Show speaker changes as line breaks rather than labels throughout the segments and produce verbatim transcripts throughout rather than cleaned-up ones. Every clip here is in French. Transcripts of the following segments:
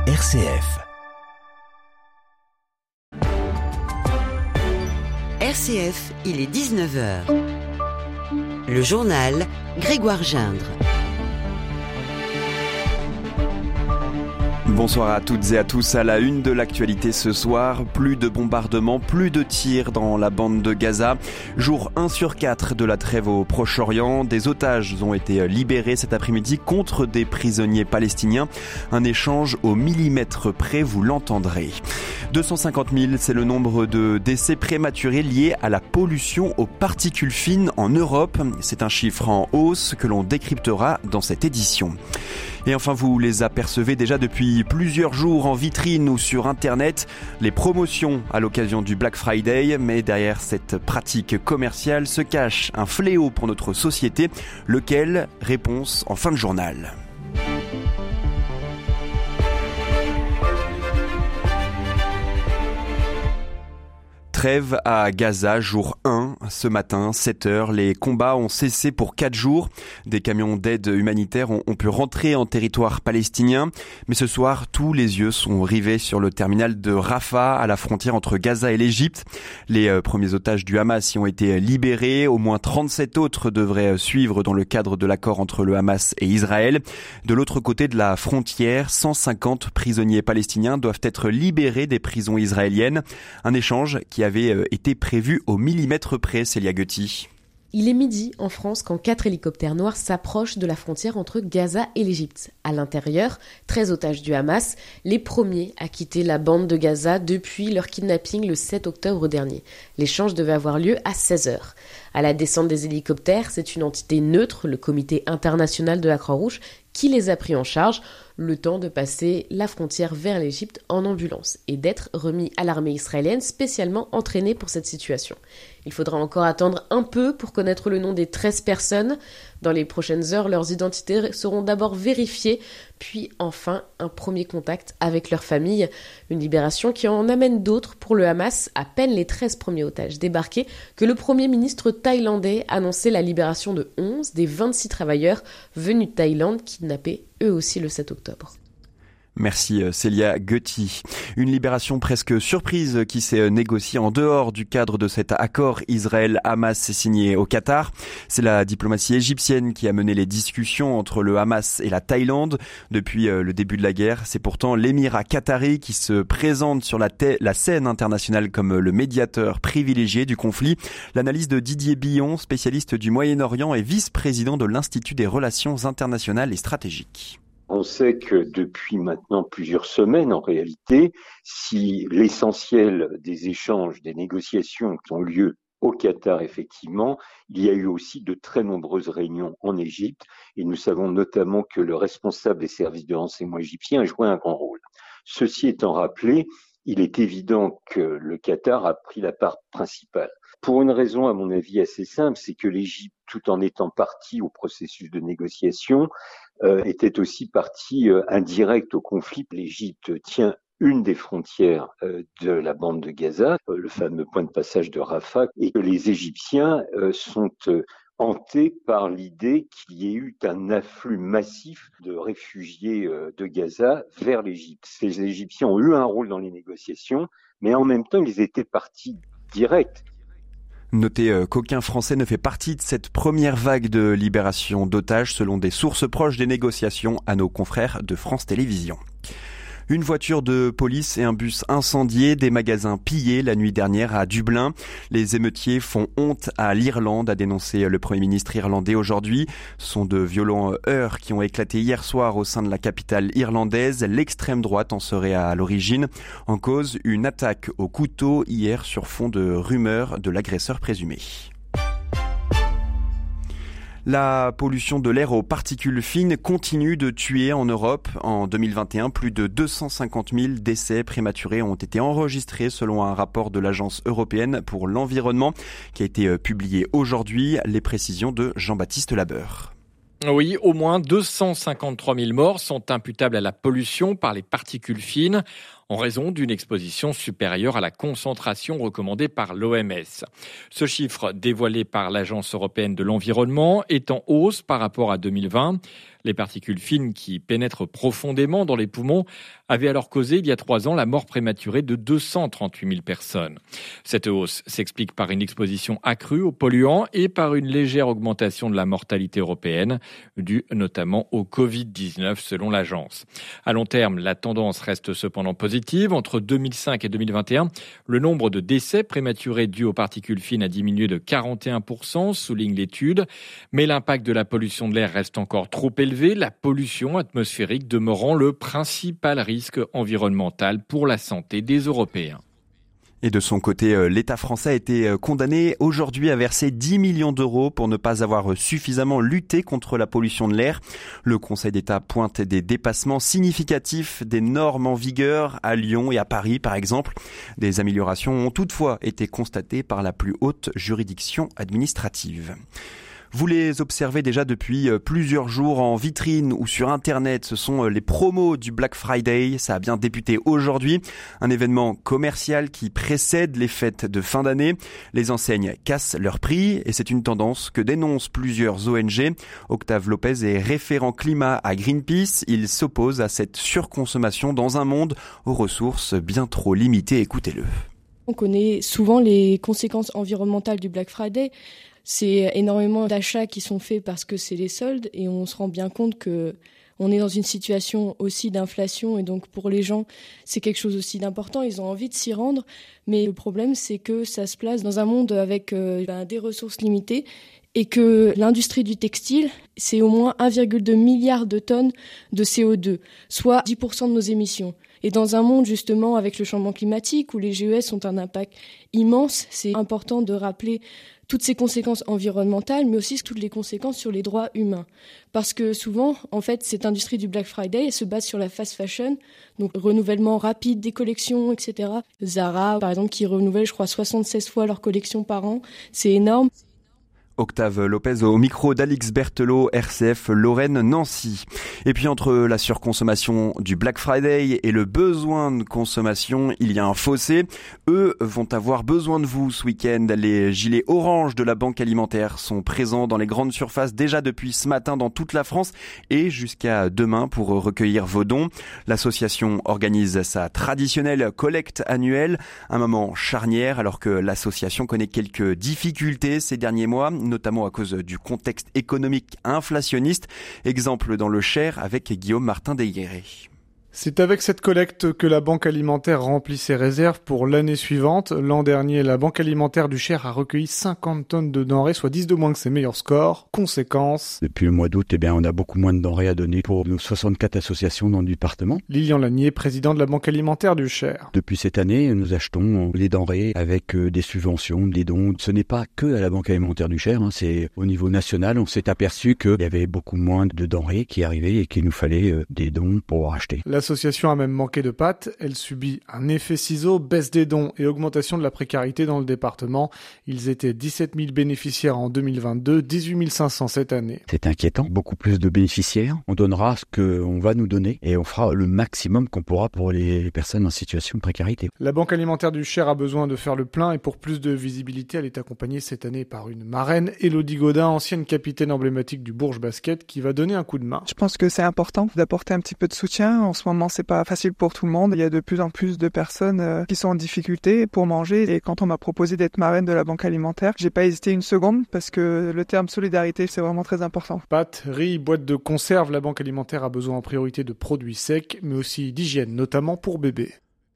R C F.
R C F, il est dix-neuf heures. Le journal Grégoire Gindre.
Bonsoir à toutes et à tous. À la une de l'actualité ce soir, plus de bombardements, plus de tirs dans la bande de Gaza. Jour un sur quatre de la trêve au Proche-Orient. Des otages ont été libérés cet après-midi contre des prisonniers palestiniens. Un échange au millimètre près, vous l'entendrez. deux cent cinquante mille, c'est le nombre de décès prématurés liés à la pollution aux particules fines en Europe. C'est un chiffre en hausse que l'on décryptera dans cette édition. Et enfin, vous les apercevez déjà depuis plusieurs jours en vitrine ou sur Internet, les promotions à l'occasion du Black Friday. Mais derrière cette pratique commerciale se cache un fléau pour notre société. Lequel ? Réponse en fin de journal. Trêve à Gaza, jour un, ce matin, sept heures. Les combats ont cessé pour quatre jours. Des camions d'aide humanitaire ont, ont pu rentrer en territoire palestinien. Mais ce soir, tous les yeux sont rivés sur le terminal de Rafah, à la frontière entre Gaza et l'Égypte. Les euh, premiers otages du Hamas y ont été libérés. Au moins trente-sept autres devraient suivre dans le cadre de l'accord entre le Hamas et Israël. De l'autre côté de la frontière, cent cinquante prisonniers palestiniens doivent être libérés des prisons israéliennes. Un échange qui avait avait été prévu au millimètre près, Célia Gutti.
Il est midi en France quand quatre hélicoptères noirs s'approchent de la frontière entre Gaza et l'Égypte. À l'intérieur, treize otages du Hamas, les premiers à quitter la bande de Gaza depuis leur kidnapping le sept octobre dernier. L'échange devait avoir lieu à seize heures. À la descente des hélicoptères, c'est une entité neutre, le Comité international de la Croix-Rouge, qui les a pris en charge, le temps de passer la frontière vers l'Égypte en ambulance et d'être remis à l'armée israélienne spécialement entraînée pour cette situation. Il faudra encore attendre un peu pour connaître le nom des treize personnes. Dans les prochaines heures, leurs identités seront d'abord vérifiées, puis enfin un premier contact avec leur famille. Une libération qui en amène d'autres pour le Hamas, à peine les treize premiers otages débarqués, que le Premier ministre thaïlandais annonçait la libération de onze des vingt-six travailleurs venus de Thaïlande kidnappés eux aussi le sept octobre.
Merci Célia Gutti. Une libération presque surprise qui s'est négociée en dehors du cadre de cet accord Israël-Hamas signé au Qatar. C'est la diplomatie égyptienne qui a mené les discussions entre le Hamas et la Thaïlande depuis le début de la guerre. C'est pourtant l'émirat qatari qui se présente sur la, te- la scène internationale comme le médiateur privilégié du conflit. L'analyse de Didier Billon, spécialiste du Moyen-Orient et vice-président de l'Institut des relations internationales et stratégiques.
On sait que depuis maintenant plusieurs semaines, en réalité, si l'essentiel des échanges, des négociations qui ont lieu au Qatar, effectivement, il y a eu aussi de très nombreuses réunions en Égypte et nous savons notamment que le responsable des services de renseignement égyptiens a joué un grand rôle. Ceci étant rappelé, il est évident que le Qatar a pris la part principale. Pour une raison, à mon avis, assez simple, c'est que l'Égypte, tout en étant partie au processus de négociation, euh, était aussi partie euh, indirecte au conflit. L'Égypte tient une des frontières euh, de la bande de Gaza, euh, le fameux point de passage de Rafah, et que les Égyptiens euh, sont euh, hantés par l'idée qu'il y ait eu un afflux massif de réfugiés euh, de Gaza vers l'Égypte. Ces Égyptiens ont eu un rôle dans les négociations, mais en même temps, ils étaient partis directs.
Notez euh, qu'aucun Français ne fait partie de cette première vague de libération d'otages selon des sources proches des négociations à nos confrères de France Télévisions. Une voiture de police et un bus incendiés, des magasins pillés la nuit dernière à Dublin. Les émeutiers font honte à l'Irlande, a dénoncé le Premier ministre irlandais aujourd'hui. Ce sont de violents heurts qui ont éclaté hier soir au sein de la capitale irlandaise. L'extrême droite en serait à l'origine. En cause, une attaque au couteau hier sur fond de rumeurs de l'agresseur présumé. La pollution de l'air aux particules fines continue de tuer en Europe. En deux mille vingt et un, plus de deux cent cinquante mille décès prématurés ont été enregistrés selon un rapport de l'Agence européenne pour l'environnement qui a été publié aujourd'hui. Les précisions de Jean-Baptiste Labeur.
Oui, au moins deux cent cinquante-trois mille morts sont imputables à la pollution par les particules fines en raison d'une exposition supérieure à la concentration recommandée par l'O M S. Ce chiffre, dévoilé par l'Agence européenne de l'environnement, est en hausse par rapport à deux mille vingt. Les particules fines qui pénètrent profondément dans les poumons avaient alors causé il y a trois ans la mort prématurée de deux cent trente-huit mille personnes. Cette hausse s'explique par une exposition accrue aux polluants et par une légère augmentation de la mortalité européenne, due notamment au covid dix-neuf selon l'agence. À long terme, la tendance reste cependant positive. Entre deux mille cinq et deux mille vingt et un, le nombre de décès prématurés dus aux particules fines a diminué de quarante et un pour cent, souligne l'étude. Mais l'impact de la pollution de l'air reste encore trop élevé, la pollution atmosphérique demeurant le principal risque environnemental pour la santé des Européens.
Et de son côté, l'État français a été condamné aujourd'hui à verser dix millions d'euros pour ne pas avoir suffisamment lutté contre la pollution de l'air. Le Conseil d'État pointe des dépassements significatifs des normes en vigueur à Lyon et à Paris, par exemple. Des améliorations ont toutefois été constatées par la plus haute juridiction administrative. Vous les observez déjà depuis plusieurs jours en vitrine ou sur Internet. Ce sont les promos du Black Friday. Ça a bien débuté aujourd'hui. Un événement commercial qui précède les fêtes de fin d'année. Les enseignes cassent leurs prix et c'est une tendance que dénoncent plusieurs O N G. Octave Lopez est référent climat à Greenpeace. Il s'oppose à cette surconsommation dans un monde aux ressources bien trop limitées. Écoutez-le.
On connaît souvent les conséquences environnementales du Black Friday. C'est énormément d'achats qui sont faits parce que c'est les soldes et on se rend bien compte que on est dans une situation aussi d'inflation et donc pour les gens, c'est quelque chose aussi d'important. Ils ont envie de s'y rendre, mais le problème, c'est que ça se place dans un monde avec euh, ben, des ressources limitées et que l'industrie du textile, c'est au moins un virgule deux milliard de tonnes de C O deux, soit dix pour cent de nos émissions. Et dans un monde justement avec le changement climatique où les G E S ont un impact immense, c'est important de rappeler toutes ces conséquences environnementales, mais aussi toutes les conséquences sur les droits humains. Parce que souvent, en fait, cette industrie du Black Friday, elle se base sur la fast fashion, donc renouvellement rapide des collections, et cetera. Zara, par exemple, qui renouvelle, je crois, soixante-seize fois leur collection par an. C'est énorme.
Octave Lopez au micro d'Alix Berthelot, R C F Lorraine-Nancy. Et puis entre la surconsommation du Black Friday et le besoin de consommation, il y a un fossé. Eux vont avoir besoin de vous ce week-end. Les gilets orange de la Banque Alimentaire sont présents dans les grandes surfaces déjà depuis ce matin dans toute la France et jusqu'à demain pour recueillir vos dons. L'association organise sa traditionnelle collecte annuelle, un moment charnière alors que l'association connaît quelques difficultés ces derniers mois, notamment à cause du contexte économique inflationniste. Exemple dans le Cher avec Guillaume Martin-Desguéré.
C'est avec cette collecte que la Banque Alimentaire remplit ses réserves pour l'année suivante. L'an dernier, la Banque Alimentaire du Cher a recueilli cinquante tonnes de denrées, soit dix de moins que ses meilleurs scores. Conséquence.
Depuis le mois d'août, eh bien, on a beaucoup moins de denrées à donner pour nos soixante-quatre associations dans le département.
Lilian Lanier, président de la Banque Alimentaire du Cher.
Depuis cette année, nous achetons les denrées avec des subventions, des dons. Ce n'est pas que à la Banque Alimentaire du Cher, hein, c'est au niveau national. On s'est aperçu qu'il y avait beaucoup moins de denrées qui arrivaient et qu'il nous fallait des dons pour acheter.
L'association a même manqué de pâtes, elle subit un effet ciseau, baisse des dons et augmentation de la précarité dans le département. Ils étaient dix-sept mille bénéficiaires en deux mille vingt-deux, dix-huit mille cinq cents cette année.
C'est inquiétant, beaucoup plus de bénéficiaires. On donnera ce qu'on va nous donner et on fera le maximum qu'on pourra pour les personnes en situation de précarité.
La Banque Alimentaire du Cher a besoin de faire le plein et pour plus de visibilité, elle est accompagnée cette année par une marraine, Élodie Godin, ancienne capitaine emblématique du Bourges Basket, qui va donner un coup de main.
Je pense que c'est important d'apporter un petit peu de soutien. En ce moment, c'est pas facile pour tout le monde. Il y a de plus en plus de personnes euh, qui sont en difficulté pour manger. Et quand on m'a proposé d'être marraine de la Banque Alimentaire, j'ai pas hésité une seconde parce que le terme solidarité, c'est vraiment très important.
Pâtes, riz, boîtes de conserve, la Banque Alimentaire a besoin en priorité de produits secs, mais aussi d'hygiène, notamment pour bébés.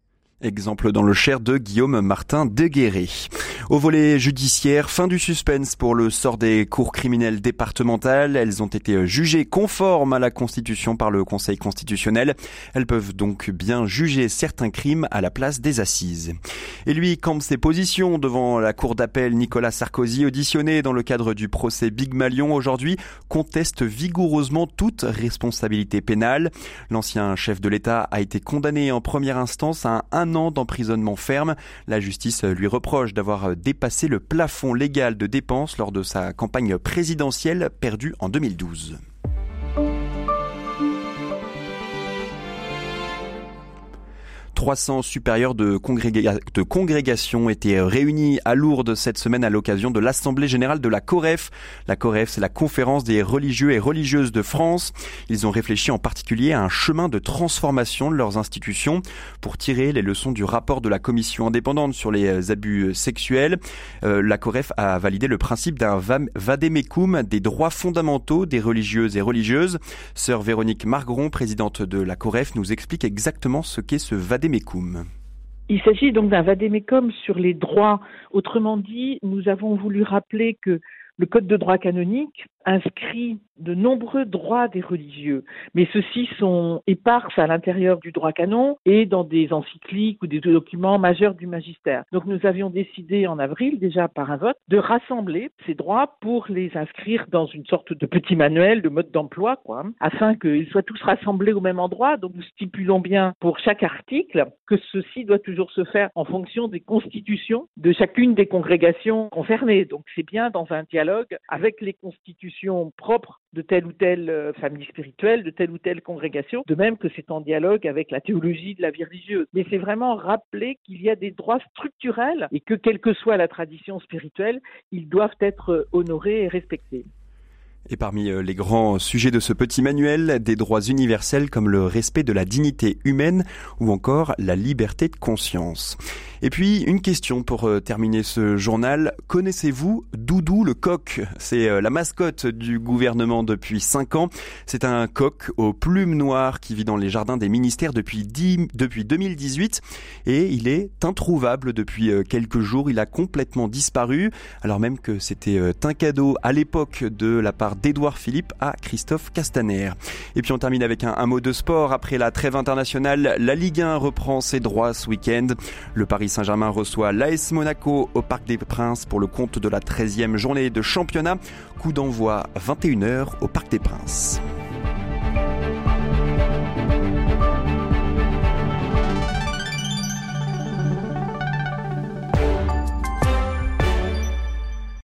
Exemple dans le Cher de Guillaume Martin-Desguéré. Au volet judiciaire, fin du suspense pour le sort des cours criminelles départementales. Elles ont été jugées conformes à la Constitution par le Conseil constitutionnel. Elles peuvent donc bien juger certains crimes à la place des assises. Et lui campe ses positions devant la cour d'appel. Nicolas Sarkozy, auditionné dans le cadre du procès Big Malion aujourd'hui, conteste vigoureusement toute responsabilité pénale. L'ancien chef de l'État a été condamné en première instance à un an d'emprisonnement ferme. La justice lui reproche d'avoir dépassé le plafond légal de dépenses lors de sa campagne présidentielle perdue en deux mille douze. trois cents supérieurs de, congréga- de congrégations étaient réunis à Lourdes cette semaine à l'occasion de l'Assemblée générale de la COREF. La COREF, c'est la Conférence des religieux et religieuses de France. Ils ont réfléchi en particulier à un chemin de transformation de leurs institutions pour tirer les leçons du rapport de la commission indépendante sur les abus sexuels. Euh, la COREF a validé le principe d'un vademecum des droits fondamentaux des religieuses et religieuses. Sœur Véronique Margron, présidente de la COREF, nous explique exactement ce qu'est ce vademecum.
Il s'agit donc d'un vademecum sur les droits. Autrement dit, nous avons voulu rappeler que le Code de droit canonique inscrit de nombreux droits des religieux, mais ceux-ci sont épars à l'intérieur du droit canon et dans des encycliques ou des documents majeurs du magistère. Donc nous avions décidé en avril, déjà par un vote, de rassembler ces droits pour les inscrire dans une sorte de petit manuel de mode d'emploi, quoi, afin qu'ils soient tous rassemblés au même endroit. Donc nous stipulons bien pour chaque article que ceci doit toujours se faire en fonction des constitutions de chacune des congrégations concernées. Donc c'est bien dans un dialogue avec les constitutions propres de telle ou telle famille spirituelle, de telle ou telle congrégation, de même que c'est en dialogue avec la théologie de la vie religieuse. Mais c'est vraiment rappeler qu'il y a des droits structurels et que, quelle que soit la tradition spirituelle, ils doivent être honorés et respectés.
Et parmi les grands sujets de ce petit manuel, des droits universels comme le respect de la dignité humaine ou encore la liberté de conscience. Et puis, une question pour terminer ce journal. Connaissez-vous Doudou le coq ? C'est la mascotte du gouvernement depuis cinq ans. C'est un coq aux plumes noires qui vit dans les jardins des ministères depuis, dix, depuis deux mille dix-huit. Et il est introuvable depuis quelques jours. Il a complètement disparu, alors même que c'était un cadeau à l'époque de la part d'Édouard Philippe à Christophe Castaner. Et puis on termine avec un, un mot de sport. Après la trêve internationale, la Ligue un reprend ses droits ce week-end. Le Paris Saint-Germain reçoit l'A S Monaco au Parc des Princes pour le compte de la treizième journée de championnat. Coup d'envoi vingt et une heures au Parc des Princes.